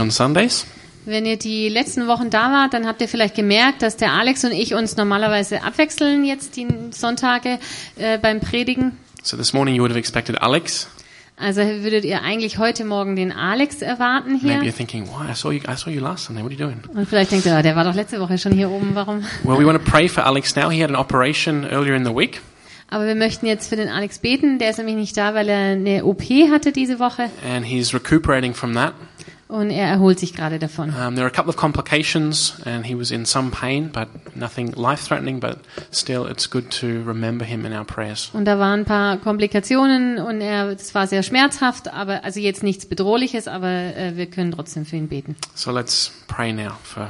on Sundays. Wenn ihr die letzten Wochen da wart, dann habt ihr vielleicht gemerkt, dass der Alex und ich uns normalerweise abwechseln jetzt die Sonntage beim Predigen. So this morning you would have expected Alex. Also würdet ihr eigentlich heute Morgen den Alex erwarten hier. Maybe you're thinking, why? I saw you last Sunday. What are you doing? Und vielleicht denkt ihr, der war doch letzte Woche schon hier oben, warum? Well, we want to pray for Alex now. He had an operation earlier in the week. Aber wir möchten jetzt für den Alex beten. Der ist nämlich nicht da, weil er eine OP hatte diese Woche. And he's recuperating from that. Und er erholt sich gerade davon. There are a couple of complications, and he was in some pain, but nothing life-threatening. But still, it's good to remember him in our prayers. Und da waren ein paar Komplikationen und es war sehr schmerzhaft, aber also jetzt nichts Bedrohliches, aber wir können trotzdem für ihn beten. So let's pray now for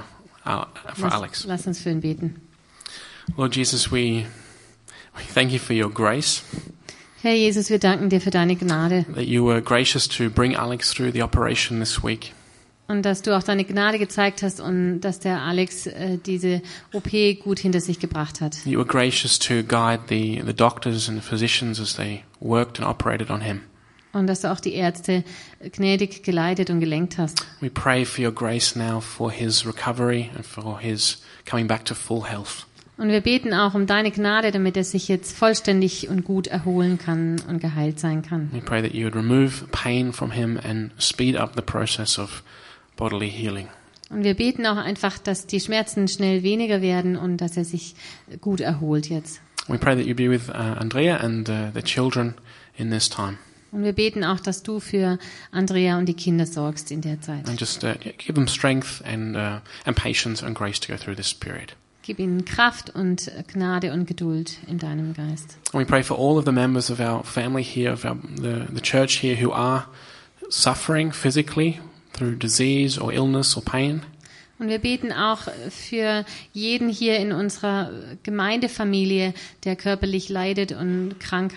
Alex. Lass uns für ihn beten. Lord Jesus, we thank you for your grace. Herr Jesus, wir danken dir für deine Gnade. That you were gracious to bring Alex through the operation this week. Und dass du auch deine Gnade gezeigt hast und dass der Alex diese OP gut hinter sich gebracht hat. You were gracious to guide the doctors and the physicians as they worked and operated on him. Und dass du auch die Ärzte gnädig geleitet und gelenkt hast. We pray for your grace now for his recovery and for his coming back to full health. Und wir beten auch um deine Gnade, damit er sich jetzt vollständig und gut erholen kann und geheilt sein kann. We pray that you would remove pain from him and speed up the process of bodily healing. Und wir beten auch einfach, dass die Schmerzen schnell weniger werden und dass er sich gut erholt jetzt. We pray that you be with Andrea and the children in this time. Und wir beten auch, dass du für Andrea und die Kinder sorgst in der Zeit. And just give them strength and patience and grace to go through this period. Gib ihnen Kraft und Gnade und Geduld in deinem Geist. And we pray for all of the members of our family here, of the church here, who are suffering physically through disease or illness or pain. Und wir beten auch für jeden hier in unserer Gemeindefamilie, der körperlich leidet und krank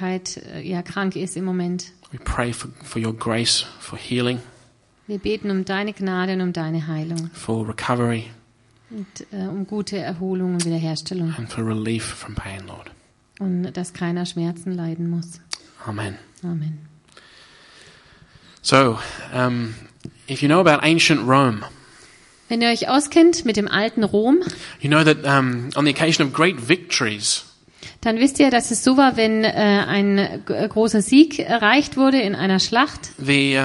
ist im Moment. We pray for your grace, for healing, Wir beten um deine Gnade und um deine Heilung for recovery, und um gute Erholung und Wiederherstellung. and for relief from pain, Lord. Und dass keiner Schmerzen leiden muss. Amen. Amen. So, if you know about ancient Rome, Wenn ihr euch auskennt mit dem alten Rom, you know that on the occasion of great victories, dann wisst ihr, dass es so war, wenn ein großer Sieg erreicht wurde in einer Schlacht. the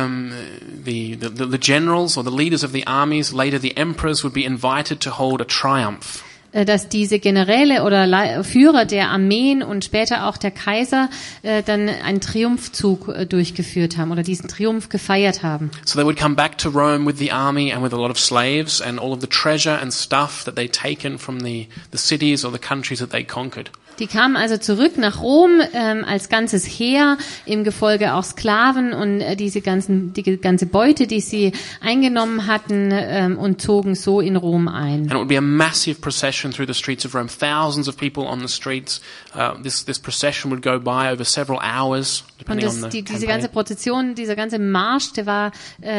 generals or the leaders of the armies, later the emperors, would be invited to hold a triumph. Dass diese Generäle oder Führer der Armeen und später auch der Kaiser dann einen Triumphzug durchgeführt haben oder diesen Triumph gefeiert haben. So they would come back to Rome with the army and with a lot of slaves and all of the treasure and stuff that they'd taken from the cities or the countries that they conquered. Die kamen also zurück nach Rom als ganzes Heer, im Gefolge auch Sklaven und die ganze Beute, die sie eingenommen hatten und zogen so in Rom ein. And it would be a massive procession through the streets of Rome, thousands of people on the streets. This procession would go by over several hours, Und depending on the diese campaign. ganze Prozession, dieser ganze Marsch, der war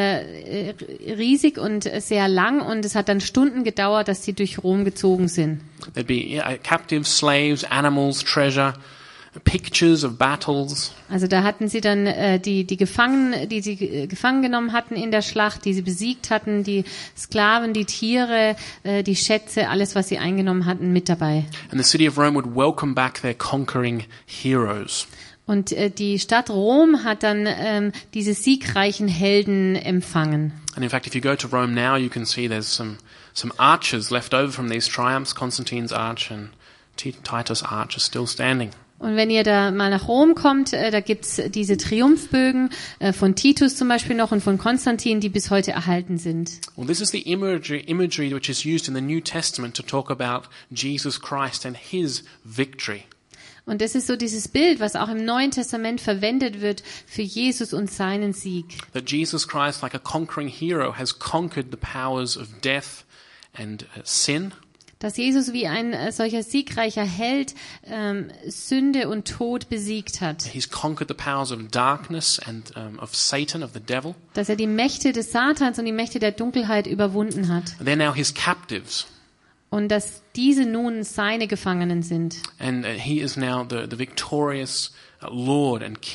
riesig und sehr lang und es hat dann Stunden gedauert, dass sie durch Rom gezogen sind. There'd be captives, slaves, animals, treasure, pictures of battles. Also da hatten sie dann die Gefangenen, die sie gefangen genommen hatten in der Schlacht, die sie besiegt hatten, die Sklaven, die Tiere, die Schätze, alles, was sie eingenommen hatten, mit dabei. And the city of Rome would welcome back their conquering heroes. Und die Stadt Rom hat dann diese siegreichen Helden empfangen. And in fact, if you go to Rome now, you can see there's some arches left over from these triumphs. Constantine's arch and Titus' arch are still standing. Und wenn ihr da mal nach Rom kommt, da gibt's diese Triumphbögen von Titus zum Beispiel noch und von Konstantin, die bis heute erhalten sind. Well, this is the imagery which is used in the New Testament to talk about Jesus Christ and his victory. Und das ist so dieses Bild, was auch im Neuen Testament verwendet wird für Jesus und seinen Sieg. That Jesus Christ, like a conquering hero, has conquered the powers of death and sin. Dass Jesus wie ein solcher siegreicher Held Sünde und Tod besiegt hat. He's conquered the powers of darkness and of Satan, of the devil. Dass er die Mächte des Satans und die Mächte der Dunkelheit überwunden hat. And they're now his captives. Und dass diese nun seine Gefangenen sind. And he is now the victorious Lord and King.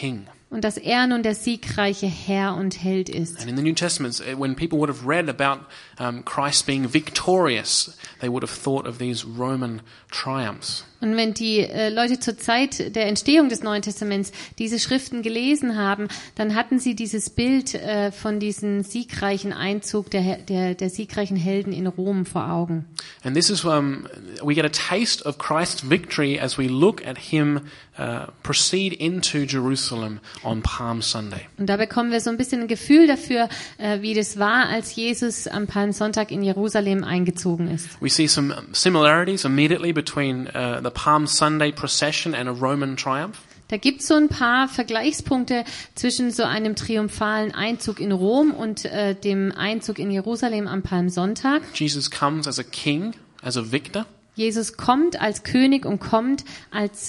Und dass er nun der siegreiche Herr und Held ist. And in the New Testament, when people would have read about Christ being victorious, they would have thought of these Roman triumphs. Und wenn die Leute zur Zeit der Entstehung des Neuen Testaments diese Schriften gelesen haben, dann hatten sie dieses Bild von diesem siegreichen Einzug der siegreichen Helden in Rom vor Augen. And this is we get a taste of Christ's victory as we look at him proceed into Jerusalem on Palm Sunday. Und da bekommen wir so ein bisschen ein Gefühl dafür, wie das war, als Jesus am Palmsonntag in Jerusalem eingezogen ist. We see some similarities immediately between the Palm Sunday procession and a Roman triumph. Da gibt's so ein paar Vergleichspunkte zwischen so einem triumphalen Einzug in Rom und dem Einzug in Jerusalem am Palmsonntag. Jesus comes as a king, as a victor. Jesus kommt als König und kommt als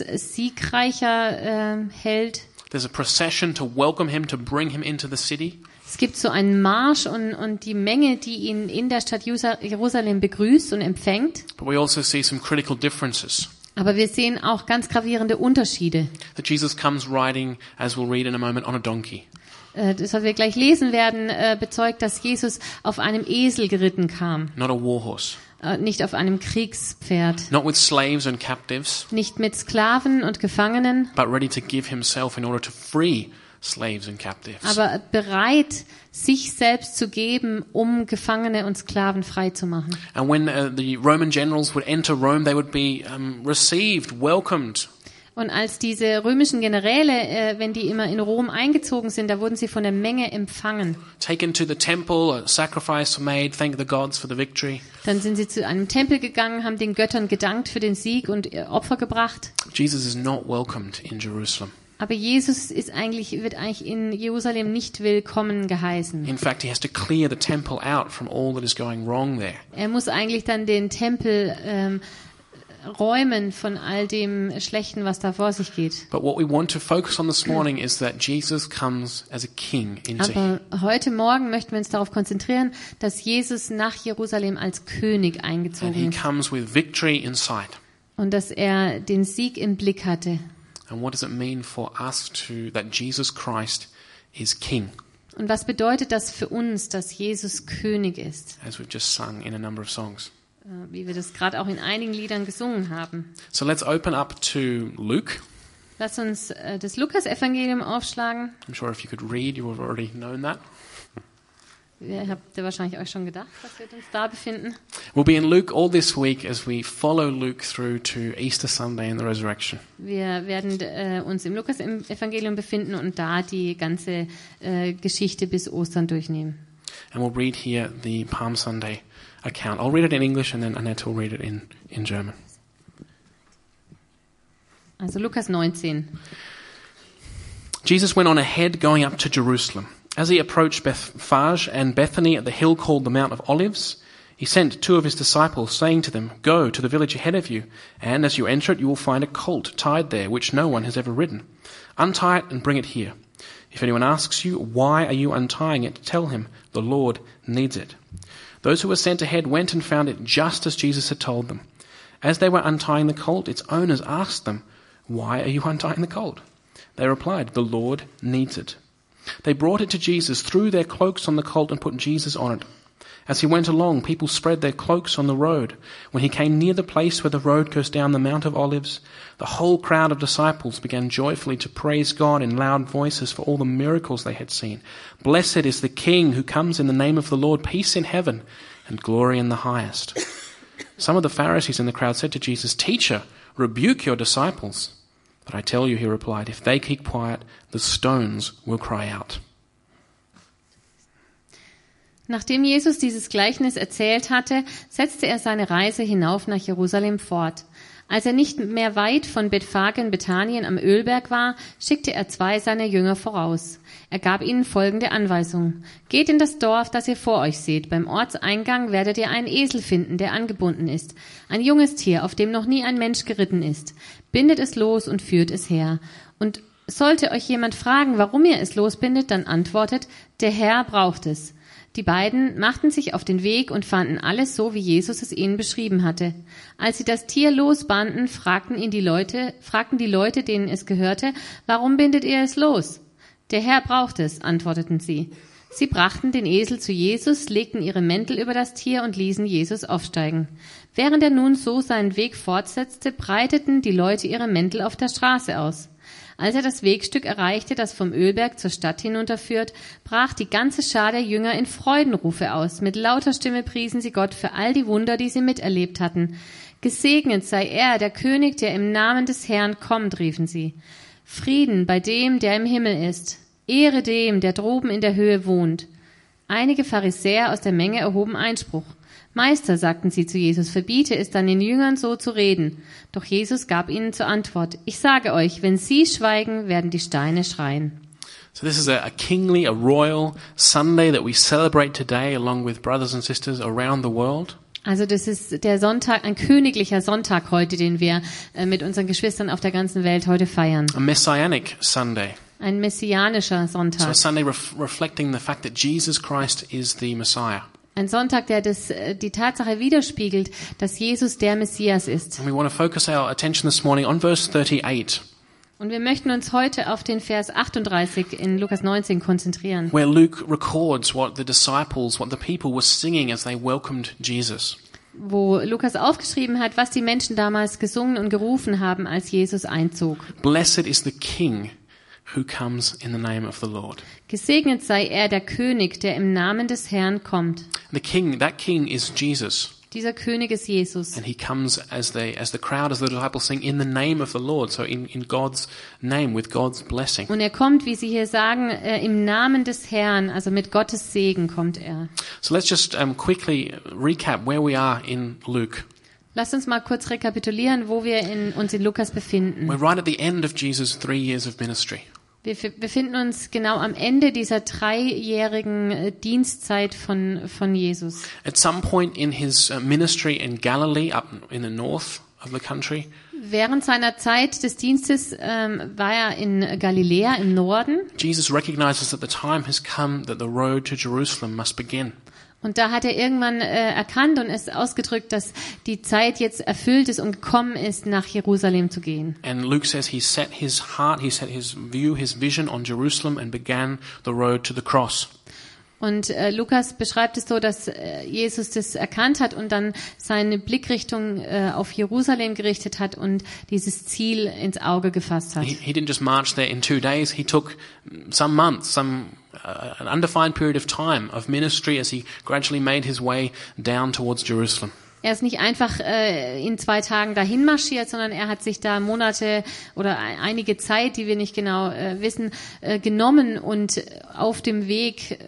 siegreicher Held. There's a procession to welcome him, to bring him into the city. Es gibt so einen Marsch und die Menge, die ihn in der Stadt Jerusalem begrüßt und empfängt. But we also see some critical differences. Aber wir sehen auch ganz gravierende Unterschiede. That Jesus comes riding, as we'll read in a moment, on a donkey. Das, was wir gleich lesen werden, bezeugt, dass Jesus auf einem Esel geritten kam. Not a war horse. Nicht auf einem Kriegspferd. Not with slaves and captives. Nicht mit Sklaven und Gefangenen. But ready to give himself in order to free slaves and captives. Aber bereit, sich selbst zu geben, um Gefangene und Sklaven frei zu machen. And when the Roman generals would enter Rome, they would be received, welcomed. Und als diese römischen Generäle, wenn die immer in Rom eingezogen sind, da wurden sie von der Menge empfangen. Taken to the temple, a sacrifice made, thank the gods for the victory. Dann sind sie zu einem Tempel gegangen, haben den Göttern gedankt für den Sieg und Opfer gebracht. Jesus is not welcomed in Jerusalem. Aber Jesus wird eigentlich in Jerusalem nicht willkommen geheißen. In fact, he has to clear the temple out from all that is going wrong there. Er muss eigentlich dann den Tempel räumen von all dem Schlechten, was da vor sich geht. But what we want to focus on this morning is that Jesus comes as a king into Aber heute Morgen möchten wir uns darauf konzentrieren, dass Jesus nach Jerusalem als König and eingezogen he ist comes with victory in sight. und dass er den Sieg im Blick hatte. And what does it mean for us that Jesus Christ is king, Und was bedeutet das für uns, dass Jesus König ist? as we've just sung in a number of songs. Wie wir das gerade auch in einigen Liedern gesungen haben. So let's open up to Luke. Lass uns das Lukas-Evangelium aufschlagen. I'm sure if you could read, you would have already known that. Ihr habt ja wahrscheinlich euch schon gedacht, was wir uns da befinden. We'll be in Luke all this week as we follow Luke through to Easter Sunday and the resurrection. Wir werden uns im Lukas-Evangelium befinden und da die ganze Geschichte bis Ostern durchnehmen. And we'll read here the Palm Sunday account. I'll read it in English and then Annette will read it in German. Also Lukas 19. Jesus went on ahead going up to Jerusalem. As he approached Bethphage and Bethany at the hill called the Mount of Olives, he sent 2 of his disciples, saying to them, "Go to the village ahead of you, and as you enter it, you will find a colt tied there, which no one has ever ridden. Untie it and bring it here. If anyone asks you, 'Why are you untying it?' tell him, 'The Lord needs it.'" Those who were sent ahead went and found it just as Jesus had told them. As they were untying the colt, its owners asked them, "Why are you untying the colt?" They replied, "The Lord needs it." They brought it to Jesus, threw their cloaks on the colt and put Jesus on it. As he went along, people spread their cloaks on the road. When he came near the place where the road goes down the Mount of Olives, the whole crowd of disciples began joyfully to praise God in loud voices for all the miracles they had seen. "Blessed is the King who comes in the name of the Lord, peace in heaven and glory in the highest." Some of the Pharisees in the crowd said to Jesus, "Teacher, rebuke your disciples." "But I tell you," he replied, "if they keep quiet, the stones will cry out." Nachdem Jesus dieses Gleichnis erzählt hatte, setzte er seine Reise hinauf nach Jerusalem fort. Als er nicht mehr weit von Bethphage in Bethanien am Ölberg war, schickte er 2 seiner Jünger voraus. Er gab ihnen folgende Anweisung: Geht in das Dorf, das ihr vor euch seht. Beim Ortseingang werdet ihr einen Esel finden, der angebunden ist. Ein junges Tier, auf dem noch nie ein Mensch geritten ist. Bindet es los und führt es her. Und sollte euch jemand fragen, warum ihr es losbindet, dann antwortet: Der Herr braucht es. Die beiden machten sich auf den Weg und fanden alles so, wie Jesus es ihnen beschrieben hatte. Als sie das Tier losbanden, fragten die Leute, denen es gehörte, warum bindet ihr es los? Der Herr braucht es, antworteten sie. Sie brachten den Esel zu Jesus, legten ihre Mäntel über das Tier und ließen Jesus aufsteigen. Während er nun so seinen Weg fortsetzte, breiteten die Leute ihre Mäntel auf der Straße aus. Als er das Wegstück erreichte, das vom Ölberg zur Stadt hinunterführt, brach die ganze Schar der Jünger in Freudenrufe aus. Mit lauter Stimme priesen sie Gott für all die Wunder, die sie miterlebt hatten. Gesegnet sei er, der König, der im Namen des Herrn kommt, riefen sie. Frieden bei dem, der im Himmel ist. Ehre dem, der droben in der Höhe wohnt. Einige Pharisäer aus der Menge erhoben Einspruch. Meister, sagten sie zu Jesus, verbiete es dann den Jüngern so zu reden. Doch Jesus gab ihnen zur Antwort, ich sage euch, wenn sie schweigen, werden die Steine schreien. So this is a kingly, a royal Sunday that we celebrate today along with brothers and sisters around the world. Also das ist der Sonntag, ein königlicher Sonntag heute, den wir mit unseren Geschwistern auf der ganzen Welt heute feiern. A messianic Sunday. Ein messianischer So a Sonntag. Sunday reflecting the fact that Jesus Christ is the Messiah. Ein Sonntag, der die Tatsache widerspiegelt, dass Jesus der Messias ist. And we want to focus our attention this morning on verse 38, Und wir möchten uns heute auf den Vers 38 in Lukas 19 konzentrieren, where Luke records what the disciples, what the people were singing as they welcomed Jesus. wo Lukas aufgeschrieben hat, was die Menschen damals gesungen und gerufen haben, als Jesus einzog. Blessed is the King who comes in the name of the Lord. Gesegnet sei er, der König, der im Namen des Herrn kommt. The King, that King is Jesus. Dieser König ist Jesus. And he comes as the crowd, as the disciples sing, in the name of the Lord. So in God's name, with God's blessing. Und er kommt, wie sie hier sagen, im Namen des Herrn, also mit Gottes Segen kommt er. So let's just quickly recap where we are in Luke. Lasst uns mal kurz rekapitulieren, wo wir uns in Lukas befinden. We're right at the end of Jesus' 3 years of ministry. Wir befinden uns genau am Ende dieser 3-jährigen Dienstzeit von Jesus. At some point in his ministry in Galilee, up in the north of the country, Während seiner Zeit des Dienstes war er in Galiläa im Norden. Jesus recognizes that the time has come that the road to Jerusalem must begin. Und da hat er irgendwann erkannt und es ausgedrückt, dass die Zeit jetzt erfüllt ist und gekommen ist, nach Jerusalem zu gehen. And Luke says he set his heart, he set his view, his vision on Jerusalem and began the road to the cross. Und Lukas beschreibt es so, dass Jesus das erkannt hat und dann seine Blickrichtung auf Jerusalem gerichtet hat und dieses Ziel ins Auge gefasst hat. He didn't just march there in 2 days. He took some months, an undefined period of time of ministry as he gradually made his way down towards Jerusalem. Er ist nicht einfach in 2 Tagen dahin marschiert, sondern er hat sich da Monate oder einige Zeit, die wir nicht genau wissen, genommen und auf dem Weg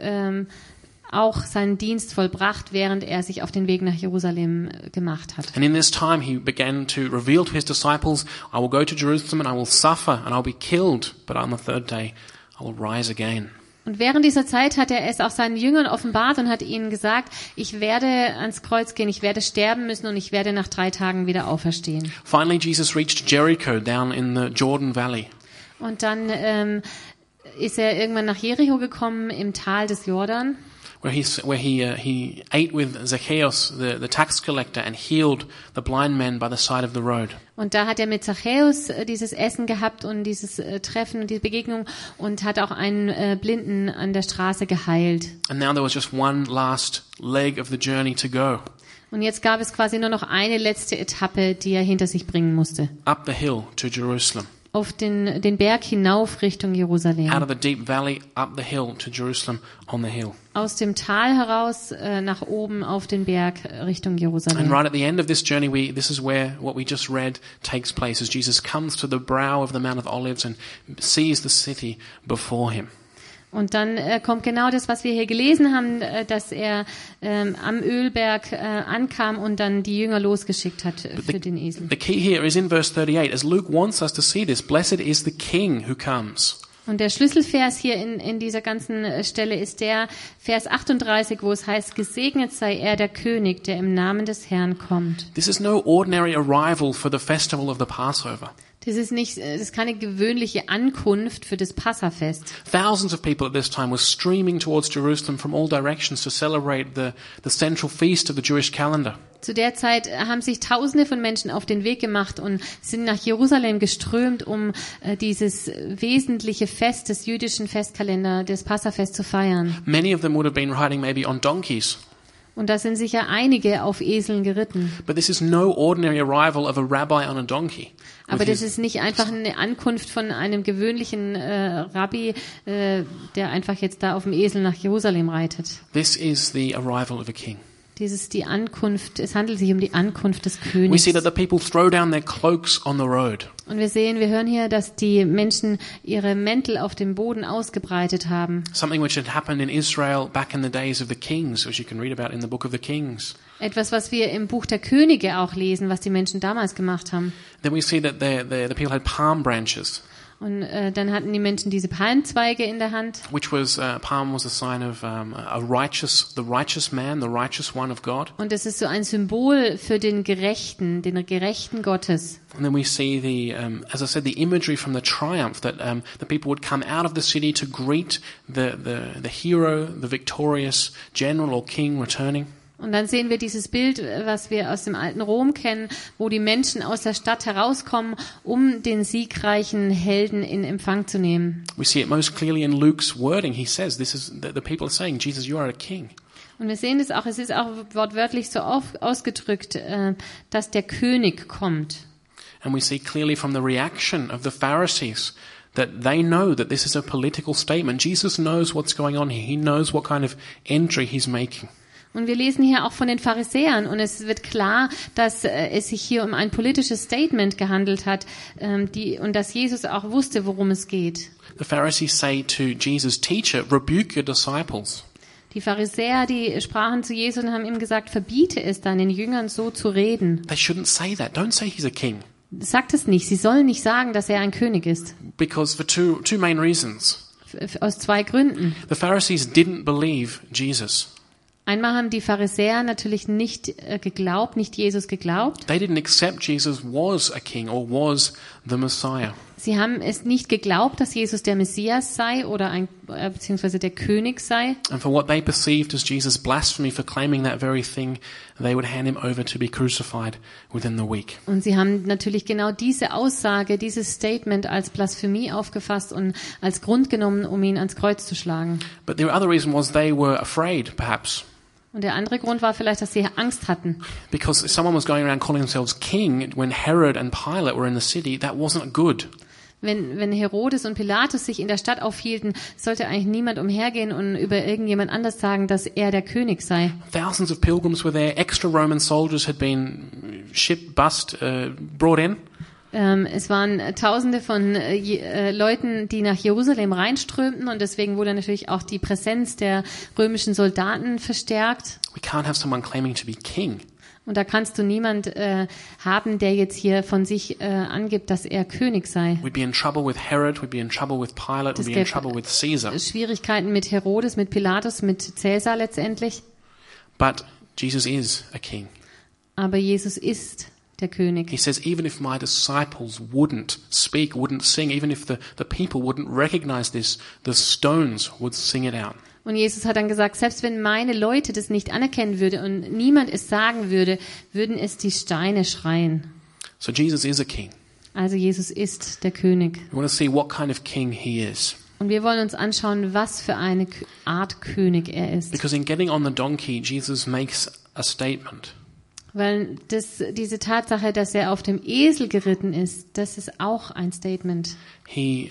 auch seinen Dienst vollbracht, während er sich auf den Weg nach Jerusalem gemacht hat. And in this time he began to reveal to his disciples, I will go to Jerusalem and I will suffer and I'll be killed, but on the 3rd day I will rise again. Und während dieser Zeit hat er es auch seinen Jüngern offenbart und hat ihnen gesagt, ich werde ans Kreuz gehen, ich werde sterben müssen und ich werde nach 3 Tagen wieder auferstehen. Finally Jesus reached Jericho down in the Jordan Valley. Und dann ist er irgendwann nach Jericho gekommen im Tal des Jordan. Where he ate with Zacchaeus, the tax collector, and healed the blind man by the side of the road. Und da hat er mit Zachäus dieses Essen gehabt und dieses Treffen und diese Begegnung und hat auch einen Blinden an der Straße geheilt. And now there was just one last leg of the journey to go. Und jetzt gab es quasi nur noch eine letzte Etappe, die er hinter sich bringen musste. Up the hill to Jerusalem. Auf den Berg hinauf Richtung Jerusalem. Out of the deep valley, up the hill to Jerusalem on the hill. Aus dem Tal heraus nach oben auf den Berg Richtung And Jerusalem. right at the end of this journey, this is where what we just read takes place, as Jesus comes to the brow of the Mount of Olives and sees the city before him. Und dann kommt genau das, was wir hier gelesen haben, dass er am Ölberg ankam und dann die Jünger losgeschickt hat für den Esel. The key here is in verse 38, as Luke wants us to see this, blessed is the King who comes. Und der Schlüsselvers hier in dieser ganzen Stelle ist der Vers 38, wo es heißt, gesegnet sei er, der König, der im Namen des Herrn kommt. This is no ordinary arrival for the festival of the Passover. Das ist keine gewöhnliche Ankunft für das Passafest. Thousands of people at this time were streaming towards Jerusalem from all directions to celebrate the central feast of the Jewish calendar. Zu der Zeit haben sich Tausende von Menschen auf den Weg gemacht und sind nach Jerusalem geströmt, um dieses wesentliche Fest des jüdischen Festkalenders, das Passafest, zu feiern. Many of them would have been riding maybe on donkeys. Und da sind sicher einige auf Eseln geritten. But this is no ordinary arrival of a rabbi on a donkey. Aber das ist nicht einfach eine Ankunft von einem gewöhnlichen Rabbi, der einfach jetzt da auf dem Esel nach Jerusalem reitet. This is the arrival of a king. Die Ankunft, es handelt sich um die Ankunft des We Königs. see that the people throw down their cloaks on the road. Und wir hören hier, dass die Menschen ihre Mäntel auf dem Boden ausgebreitet haben. Something which had happened in Israel back in the days of the kings, which you can read about in the book of the Kings. Etwas, was wir im Buch der Könige auch lesen, was die Menschen damals gemacht haben. Then we see that the people had palm branches, Und dann hatten die Menschen diese Palmzweige in der Hand. which was palm was a sign of the righteous man, the righteous one of God. Und das ist so ein Symbol für den Gerechten Gottes. And then we see as I said, the imagery from the triumph that the people would come out of the city to greet the hero, the victorious general or king returning. Und dann sehen wir dieses Bild, was wir aus dem alten Rom kennen, wo die Menschen aus der Stadt herauskommen, um den siegreichen Helden in Empfang zu nehmen. We see it most clearly in Luke's wording. He says, "This is the people are saying, Jesus, you are a king." Und wir sehen das auch, es ist auch wortwörtlich so ausgedrückt, dass der König kommt. And we see clearly from the reaction of the Pharisees that they know that this is a political statement. Jesus knows what's going on here. He knows what kind of entry he's making. Und wir lesen hier auch von den Pharisäern und es wird klar, dass es sich hier um ein politisches Statement gehandelt hat und dass Jesus auch wusste, worum es geht. The Pharisees say to Jesus, "Teacher, rebuke your disciples." Die Pharisäer, die sprachen zu Jesus und haben ihm gesagt, verbiete es deinen Jüngern so zu reden. They shouldn't say that. Don't say he's a king. Sagt es nicht. Sie sollen nicht sagen, dass er ein König ist. Because for two main reasons. Aus zwei Gründen. The Pharisees didn't believe Jesus. Einmal haben die Pharisäer natürlich nicht Jesus geglaubt. They didn't accept Jesus was a king or was the Messiah. Sie haben es nicht geglaubt, dass Jesus der Messias sei oder beziehungsweise der König sei. And for what they perceived as Jesus' blasphemy for claiming that very thing, they would hand him over to be crucified within the week. Und sie haben natürlich genau diese Aussage, dieses Statement als Blasphemie aufgefasst und als Grund genommen, um ihn ans Kreuz zu schlagen. But the other reason was they were afraid, perhaps. Und der andere Grund war vielleicht, dass sie Angst hatten. Because if someone was going around calling themselves king when Herod and Pilate were in the city, that wasn't good. Wenn Herodes und Pilatus sich in der Stadt aufhielten, sollte eigentlich niemand umhergehen und über irgendjemand anders sagen, dass er der König sei. Thousands of pilgrims were there. Extra Roman soldiers had been brought in. Es waren Tausende von Leuten, die nach Jerusalem reinströmten und deswegen wurde natürlich auch die Präsenz der römischen Soldaten verstärkt. We can't have someone claiming to be king. Und da kannst du niemand haben, der jetzt hier von sich angibt, dass er König sei. We'd be in trouble with Herod, we'd be in trouble with Pilate, we'd be in trouble with Caesar. Schwierigkeiten mit Herodes, mit Pilatus, mit Caesar letztendlich. But Jesus is a king. Aber Jesus ist der König. He says, even if my disciples wouldn't speak, wouldn't sing, even if the people wouldn't recognize this, the stones would sing it out. Und Jesus hat dann gesagt, selbst wenn meine Leute das nicht anerkennen würde und niemand es sagen würde, würden es die Steine schreien. So Jesus is a king. Also Jesus ist der König. We want to see what kind of king he is. Und wir wollen uns anschauen, was für eine Art König er ist. Because in getting on the donkey, Jesus makes a statement. Weil diese Tatsache, dass er auf dem Esel geritten ist, das ist auch ein Statement. He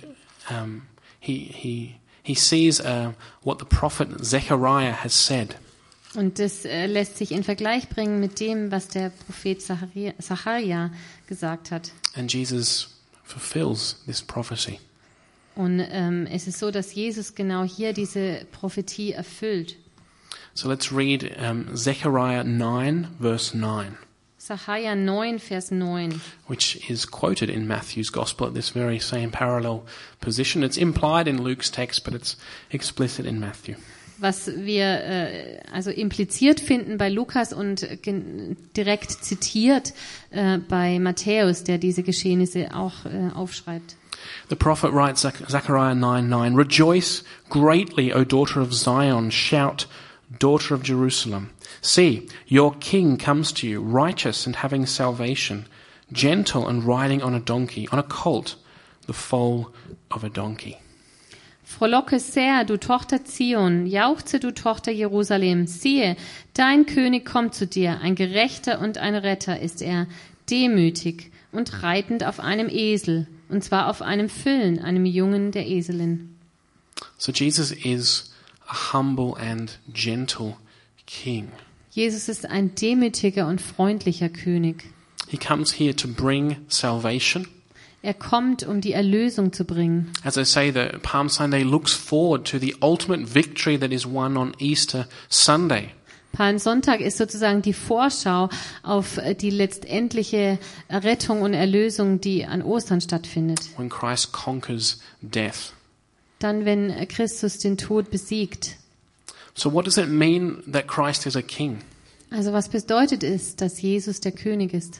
sees what the prophet Zechariah has said. Und das lässt sich in Vergleich bringen mit dem, was der Prophet Sacharja gesagt hat. And Jesus fulfills this prophecy. Und es ist so, dass Jesus genau hier diese Prophetie erfüllt. So let's read Zechariah 9, verse 9. Sacharja 9, Vers 9. Which is quoted in Matthew's Gospel at this very same parallel position. It's implied in Luke's text, but it's explicit in Matthew. Was wir also impliziert finden bei Lukas und direkt zitiert bei Matthäus, der diese Geschehnisse auch aufschreibt. The prophet writes, Zechariah 9:9, "Rejoice greatly, O daughter of Zion, shout, daughter of Jerusalem. See, your king comes to you, righteous and having salvation, gentle and riding on a donkey, on a colt, the foal of a donkey. Frohlocke sehr, du Tochter Zion, jauchze, du Tochter Jerusalem. Siehe, dein König kommt zu dir, ein Gerechter und ein Retter ist er, demütig und reitend auf einem Esel, und zwar auf einem Füllen, einem Jungen der Eselin. So Jesus is a humble and gentle king. Jesus ist ein demütiger und freundlicher König. He comes here to bring salvation. Er kommt, um die Erlösung zu bringen. As I say, the Palm Sunday looks forward to the ultimate victory that is won on Easter Sunday. Palmsonntag ist sozusagen die Vorschau auf die letztendliche Rettung und Erlösung, die an Ostern stattfindet. When Christ conquers death. Dann, wenn Christus den Tod besiegt. So what does it mean that Christ is a king? Also was bedeutet es, dass Jesus der König ist?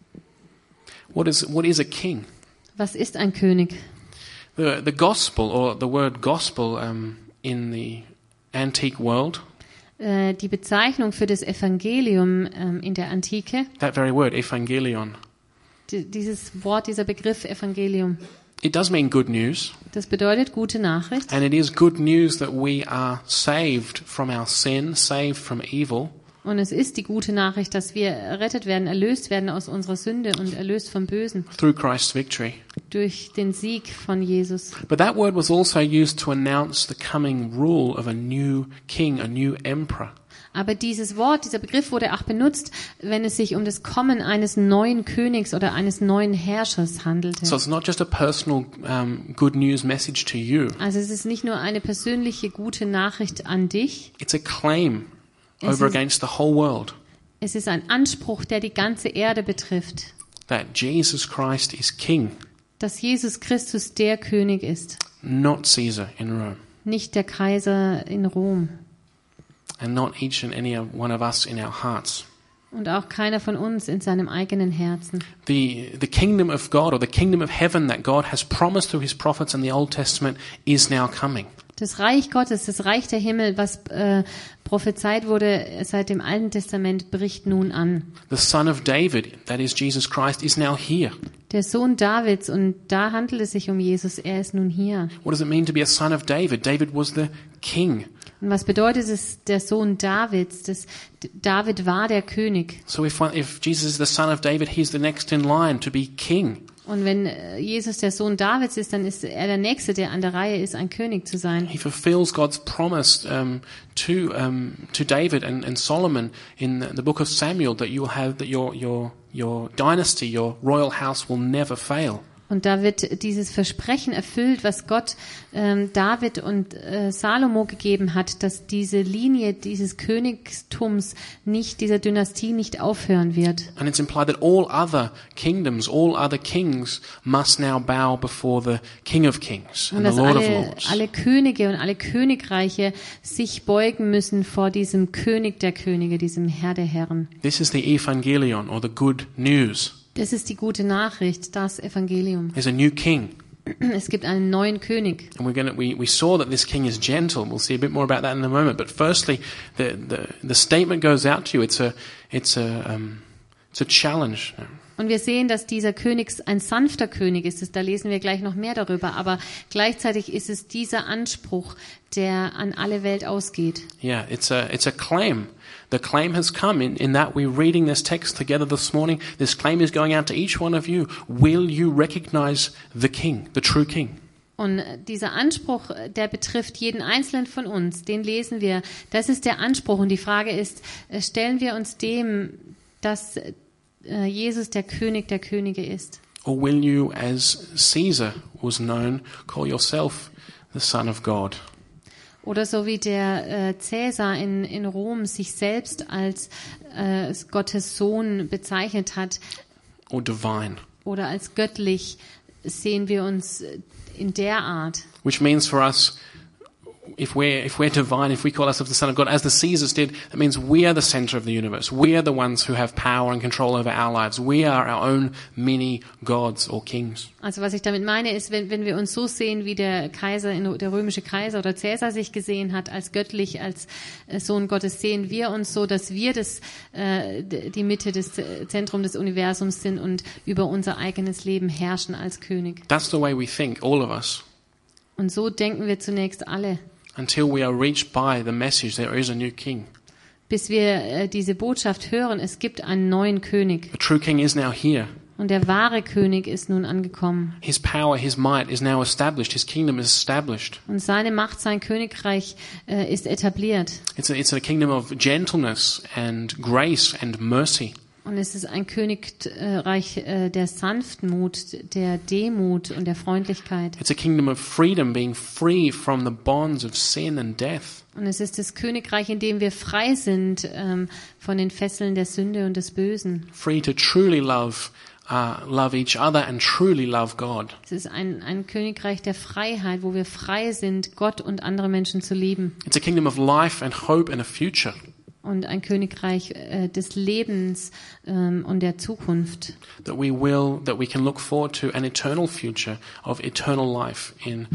What is a king? Was ist ein König? The gospel, or the word gospel in the antique world, Die Bezeichnung für das Evangelium in der Antike, that very word, evangelion, dieses Wort, dieser Begriff Evangelium, it does mean good news. das bedeutet gute Nachricht. And it is good news that we are saved from our sin, saved from evil. Und es ist die gute Nachricht, dass wir errettet werden, erlöst werden aus unserer Sünde und erlöst vom Bösen Through Christ's victory. durch den Sieg von Jesus. But that word was also used to announce the coming rule of a new king, a new emperor. Aber dieses Wort, dieser Begriff wurde auch benutzt, wenn es sich um das Kommen eines neuen Königs oder eines neuen Herrschers handelte. So it's not just a personal good news message to you. Also es ist nicht nur eine persönliche gute Nachricht an dich. It's a claim Es over ist- against the whole world Es ist ein Anspruch, der die ganze Erde betrifft, that Jesus Christ is king, dass Jesus Christus der König ist, not Caesar in Rome, nicht der Kaiser in Rom and not each and any one of us in our hearts. und auch keiner von uns in seinem eigenen Herzen. The kingdom of God, or the kingdom of heaven that God has promised through his prophets in the Old Testament, is now coming. Das Reich Gottes, das Reich der Himmel, was prophezeit wurde seit dem Alten Testament, bricht nun an. The Son of David, that is Jesus Christ, is now here. Der Sohn Davids, und da handelt es sich um Jesus, er ist nun hier. What does it mean to be a son of David? David was the king. Und was bedeutet es, der Sohn Davids? David war der König. So if Jesus is the son of David, he's the next in line to be king. Und wenn Jesus der Sohn Davids ist, dann ist er der Nächste, der an der Reihe ist, ein König zu sein. He fulfills God's promise to David and Solomon in the book of Samuel that you will have that your dynasty, your royal house will never fail. Und da wird dieses Versprechen erfüllt, was Gott David und Salomo gegeben hat, dass diese Linie dieses Königtums nicht, dieser Dynastie nicht aufhören wird. And it's implied that all other kingdoms, all other kings must now bow before the King of Kings Und and the dass Lord of Lords. alle Könige und alle Königreiche sich beugen müssen vor diesem König der Könige, diesem Herr der Herren. This is the Evangelion, or the good news. Das ist die gute Nachricht, das Evangelium. There's a new king. Es gibt einen neuen König. And we saw that this king is gentle. We'll see a bit more about that in a moment. But firstly, the statement goes out to you. It's a challenge. Und wir sehen, dass dieser König ein sanfter König ist. Da lesen wir gleich noch mehr darüber. Aber gleichzeitig ist es dieser Anspruch, der an alle Welt ausgeht. Yeah, it's a claim. The claim has come in that we're reading this text together this morning. This claim is going out to each one of you. Will you recognize the king, the true king? Und dieser Anspruch, der betrifft jeden Einzelnen von uns, den lesen wir. Das ist der Anspruch. Und die Frage ist, stellen wir uns dem, dass Jesus der König der Könige ist? Or will you, as Caesar was known, call yourself the Son of God? Oder so wie der Cäsar in Rom sich selbst als Gottes Sohn bezeichnet hat Or divine? oder als göttlich, sehen wir uns in der Art. Which means for us, if we're divine, if we call ourselves the Son of God, as the Caesars did, that means we are the center of the universe. We are the ones who have power and control over our lives. We are our own mini gods or kings. Also was ich damit meine, ist, wenn wir uns so sehen, wie der römische Kaiser oder Cäsar sich gesehen hat, als göttlich, als Sohn Gottes, sehen wir uns so, dass wir die Mitte, das Zentrum des Universums sind und über unser eigenes Leben herrschen als König. That's the way we think, all of us. Und so denken wir zunächst alle. Until we are reached by the message, there is a new king. Bis wir diese Botschaft hören, es gibt einen neuen König. The true king is now here. Und der wahre König ist nun angekommen. His power, his might is now established. His kingdom is established. Und seine Macht, sein Königreich ist etabliert. It's a kingdom of gentleness and grace and mercy. Und es ist ein Königreich der Sanftmut, der Demut und der Freundlichkeit. It's a kingdom of freedom, being free from the bonds of sin and death. Und es ist das Königreich, in dem wir frei sind von den Fesseln der Sünde und des Bösen. Free to truly love each other and truly love God. Es ist ein Königreich der Freiheit, wo wir frei sind, Gott und andere Menschen zu lieben. It's a kingdom of life and hope and a future. Und ein Königreich des Lebens und der Zukunft. That we can look forward to an eternal future of eternal life in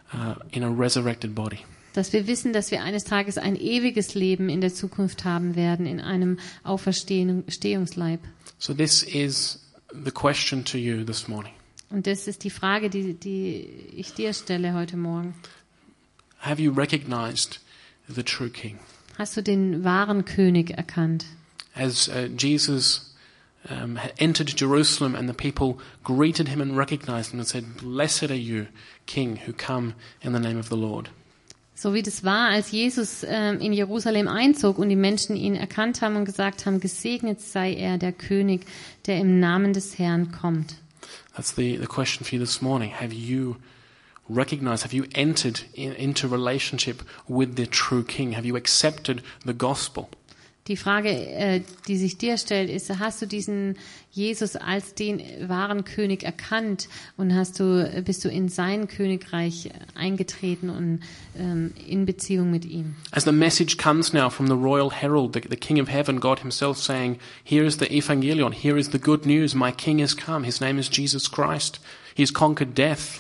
a resurrected body. Dass wir wissen, dass wir eines Tages ein ewiges Leben in der Zukunft haben werden, in einem Auferstehungsleib. So this is the question to you this morning. Und das ist die Frage, die ich dir stelle heute Morgen. Have you recognized the true king? Hast du den wahren König erkannt? As Jesus entered Jerusalem and the people greeted him and recognized him and said, "Blessed are you, King, who come in the name of the Lord." So wie das war, als Jesus in Jerusalem einzog und die Menschen ihn erkannt haben und gesagt haben, gesegnet sei er, der König, der im Namen des Herrn kommt. That's the question for you this morning. Have you entered into relationship with the true King? Have you accepted the gospel? Die Frage, die sich dir stellt, ist, hast du diesen Jesus als den wahren König erkannt und bist du in sein Königreich eingetreten und in Beziehung mit ihm? As the message comes now from the royal herald, the King of Heaven, God himself saying, "Here is the Evangelion, here is the good news, my King has come, his name is Jesus Christ, he has conquered death."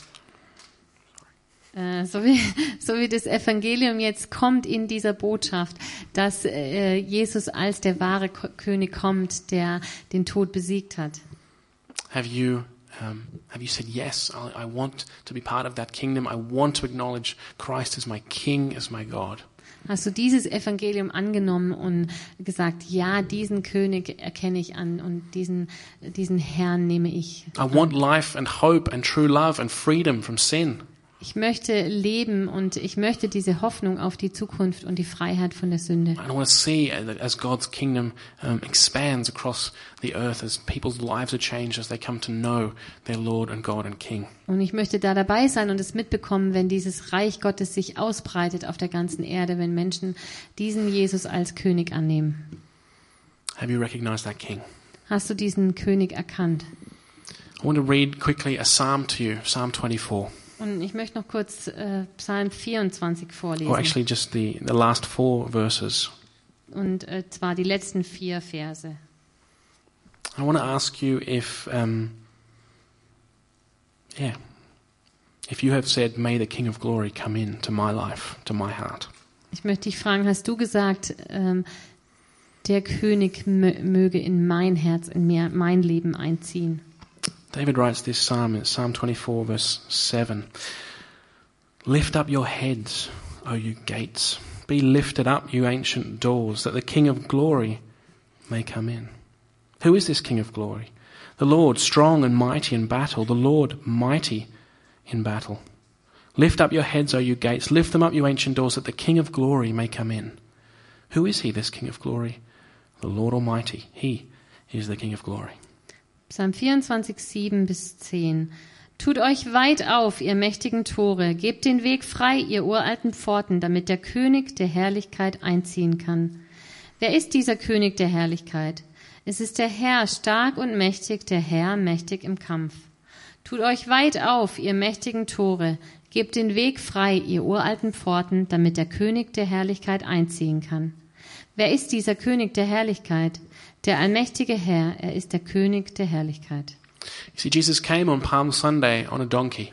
So wie das Evangelium jetzt kommt in dieser Botschaft, dass Jesus als der wahre König kommt, der den Tod besiegt hat. Have you said, yes, I want to be part of that kingdom. I want to acknowledge Christ as my King, as my God. Hast du dieses Evangelium angenommen und gesagt, ja, diesen König erkenne ich an und diesen Herrn nehme ich an. I want life and hope and true love and freedom from sin. Ich möchte leben und ich möchte diese Hoffnung auf die Zukunft und die Freiheit von der Sünde. I want to see as God's kingdom expands across the earth, as people's lives are changed, as they come to know their Lord and God and King. Und ich möchte da dabei sein und es mitbekommen, wenn dieses Reich Gottes sich ausbreitet auf der ganzen Erde, wenn Menschen diesen Jesus als König annehmen. Have you recognized that King? Hast du diesen König erkannt? I want to read quickly a psalm to you, Psalm 24. Und ich möchte noch kurz Psalm 24 vorlesen. Or actually just the last 4 verses. Und zwar die letzten 4 Verse. I want to ask you if you have said, "May the King of Glory come into my life, to my heart." Ich möchte dich fragen, hast du gesagt, der König möge in mein Herz, in mein Leben einziehen? David writes this psalm in Psalm 24, verse 7. "Lift up your heads, O you gates. Be lifted up, you ancient doors, that the King of glory may come in." Who is this King of glory? The Lord, strong and mighty in battle, the Lord mighty in battle. Lift up your heads, O you gates. Lift them up, you ancient doors, that the King of glory may come in. Who is he, this King of glory? The Lord Almighty. He is the King of glory. Psalm 24, 7 bis 10. Tut euch weit auf, ihr mächtigen Tore, gebt den Weg frei, ihr uralten Pforten, damit der König der Herrlichkeit einziehen kann. Wer ist dieser König der Herrlichkeit? Es ist der Herr, stark und mächtig, der Herr, mächtig im Kampf. Tut euch weit auf, ihr mächtigen Tore, Gebt den Weg frei, ihr uralten Pforten, damit der König der Herrlichkeit einziehen kann. Wer ist dieser König der Herrlichkeit? Der allmächtige Herr, er ist der König der Herrlichkeit. You see, Jesus came on Palm Sunday on a donkey,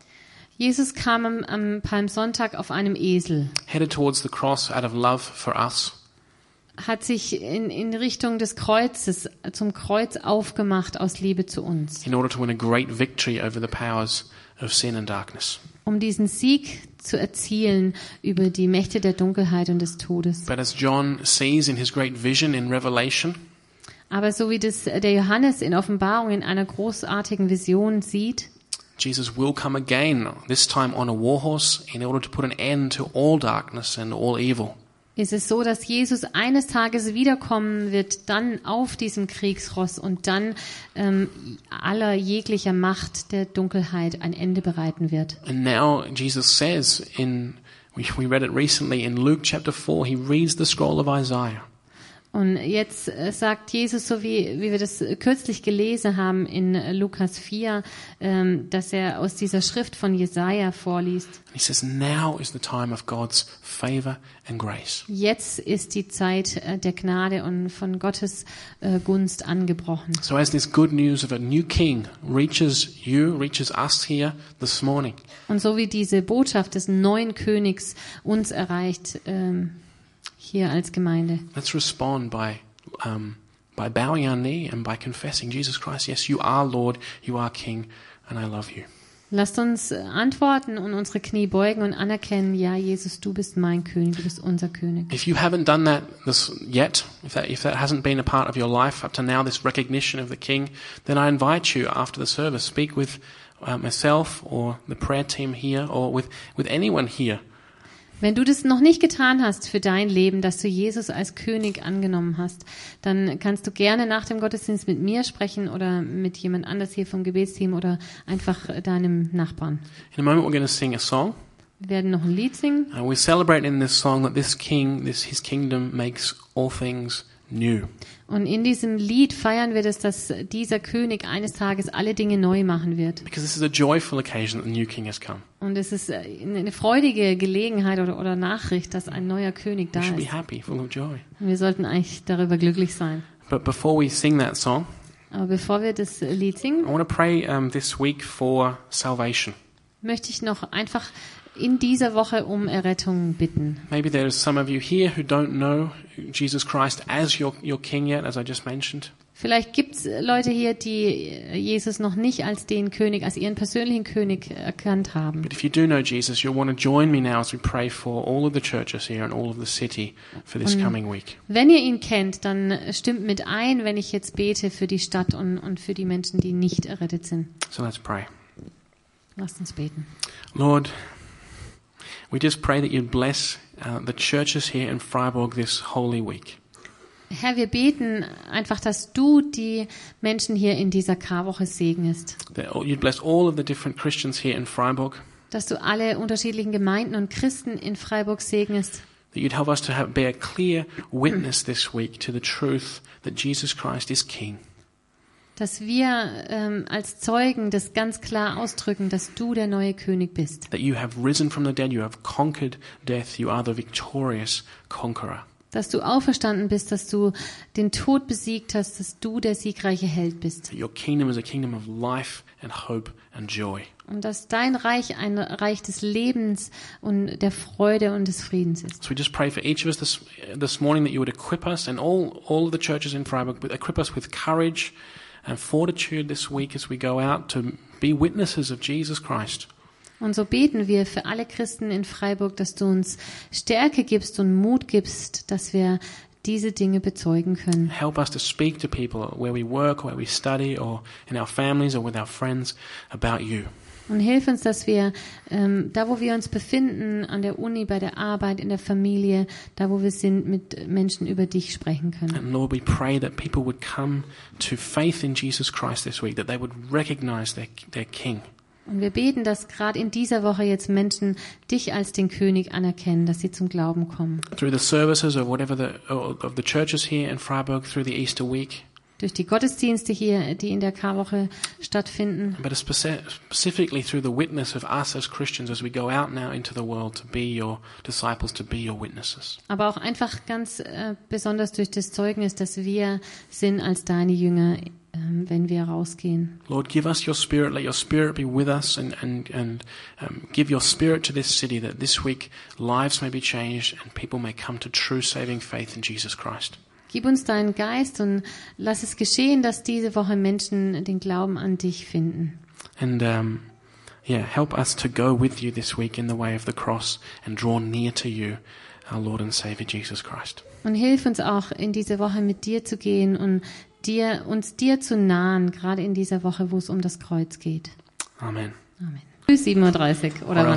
Jesus kam am Palmsonntag auf einem Esel, headed towards the cross out of love for us. hat sich in Richtung des Kreuzes, zum Kreuz aufgemacht aus Liebe zu uns, In order to win a great victory over the powers of sin and darkness. um diesen Sieg zu erzielen über die Mächte der Dunkelheit und des Todes. But as John sees in his great vision in Revelation, Aber so wie das der Johannes in Offenbarung in einer großartigen Vision sieht, Jesus will come again, this time on a war horse, in order to put an end to all darkness and all evil. ist es so, dass Jesus eines Tages wiederkommen wird, dann auf diesem Kriegsross und dann aller jeglicher Macht der Dunkelheit ein Ende bereiten wird. And now Jesus says we read it recently in Luke chapter 4, he reads the scroll of Isaiah. Und jetzt sagt Jesus, so wie wir das kürzlich gelesen haben in Lukas 4, dass er aus dieser Schrift von Jesaja vorliest. And he says, now is the time of God's favor and grace. Jetzt ist die Zeit der Gnade und von Gottes Gunst angebrochen. So as this good news of a new king reaches us here this morning, Und so wie diese Botschaft des neuen Königs uns erreicht, hier als Gemeinde. let's respond by bowing our knee and by confessing, Jesus Christ, yes, you are Lord, you are King, and I love you. Lasst uns antworten und unsere Knie beugen und anerkennen, ja, Jesus, du bist mein König, du bist unser König. If you haven't done that yet, if that hasn't been a part of your life up to now, this recognition of the King, then I invite you after the service, speak with myself or the prayer team here or with anyone here. Wenn du das noch nicht getan hast für dein Leben, dass du Jesus als König angenommen hast, dann kannst du gerne nach dem Gottesdienst mit mir sprechen oder mit jemand anders hier vom Gebetsteam oder einfach deinem Nachbarn. In a moment we're going to sing a song. Wir werden noch ein Lied singen. We celebrate in this song that this King, his kingdom makes all things new. Und in diesem Lied feiern wir das, dass dieser König eines Tages alle Dinge neu machen wird. Because this is a joyful occasion that the new King has come. Und es ist eine freudige Gelegenheit oder Nachricht, dass ein neuer König We da should be ist. happy, full of joy. Und wir sollten eigentlich darüber glücklich sein. But before we sing that song, Aber bevor wir das Lied I singen, want to pray this week for salvation. möchte ich noch einfach in dieser Woche um Errettung bitten. Maybe there's some of you here who don't know Jesus Christ as your King yet, as I just mentioned. Vielleicht gibt's Leute hier, die Jesus noch nicht als den König, als ihren persönlichen König erkannt haben. But if you do know Jesus, you'll want to join me now as we pray for all of the churches here and all of the city for this coming week. Wenn ihr ihn kennt, dann stimmt mit ein, wenn ich jetzt bete für die Stadt und für die Menschen, die nicht errettet sind. So let's pray. Lasst uns beten. Lord, we just pray that you'd bless the churches here in Freiburg this Holy Week. Herr, wir beten einfach, dass du die Menschen hier in dieser Karwoche segnest. That you'd bless all of the different Christians here in Freiburg. Dass du alle unterschiedlichen Gemeinden und Christen in Freiburg segnest. That you'd help us to bear clear witness this week to the truth that Jesus Christ is King. Dass wir als Zeugen das ganz klar ausdrücken, dass du der neue König bist. That you have risen from the dead, you have conquered death, you are the victorious conqueror. Dass du auferstanden bist, dass du den Tod besiegt hast, dass du der siegreiche Held bist. That your kingdom is a kingdom of life and hope and joy. Und dass dein Reich ein Reich des Lebens und der Freude und des Friedens ist. So we just pray for each of us this morning that you would equip us and all of the churches in Freiburg, equip us with courage and fortitude this week as we go out to be witnesses of Jesus Christ. Und so beten wir für alle Christen in Freiburg, dass du uns Stärke gibst und Mut gibst, dass wir diese Dinge bezeugen können. Help us to speak to people where we work, where we study, or in our families or with our friends about you. Und hilf uns, dass wir, da wo wir uns befinden, an der Uni, bei der Arbeit, in der Familie, da wo wir sind, mit Menschen über dich sprechen können. And Lord, we pray that people would come to faith in Jesus Christ this week, that they would recognize their King. Und wir beten, dass gerade in dieser Woche jetzt Menschen dich als den König anerkennen, dass sie zum Glauben kommen. Through the services of of the churches here in Freiburg through the Easter week, durch die Gottesdienste hier, die in der Karwoche stattfinden, but specifically through the witness of us as Christians as we go out now into the world to be your disciples, to be your witnesses. aber auch einfach ganz besonders durch das Zeugnis, dass wir sind als deine Jünger, wenn wir rausgehen. Lord, give us your Spirit. Let your Spirit be with us, and give your Spirit to this city, that this week lives may be changed and people may come to true saving faith in Jesus Christ. Gib uns deinen Geist und lass es geschehen, dass diese Woche Menschen den Glauben an dich finden. And help us to go with you this week in the way of the cross and draw near to you, our Lord and Savior Jesus Christ. Und hilf uns auch in diese Woche mit dir zu gehen und uns dir zu nahen, gerade in dieser Woche, wo es um das Kreuz geht. Amen. Amen. 7:30 Uhr, oder?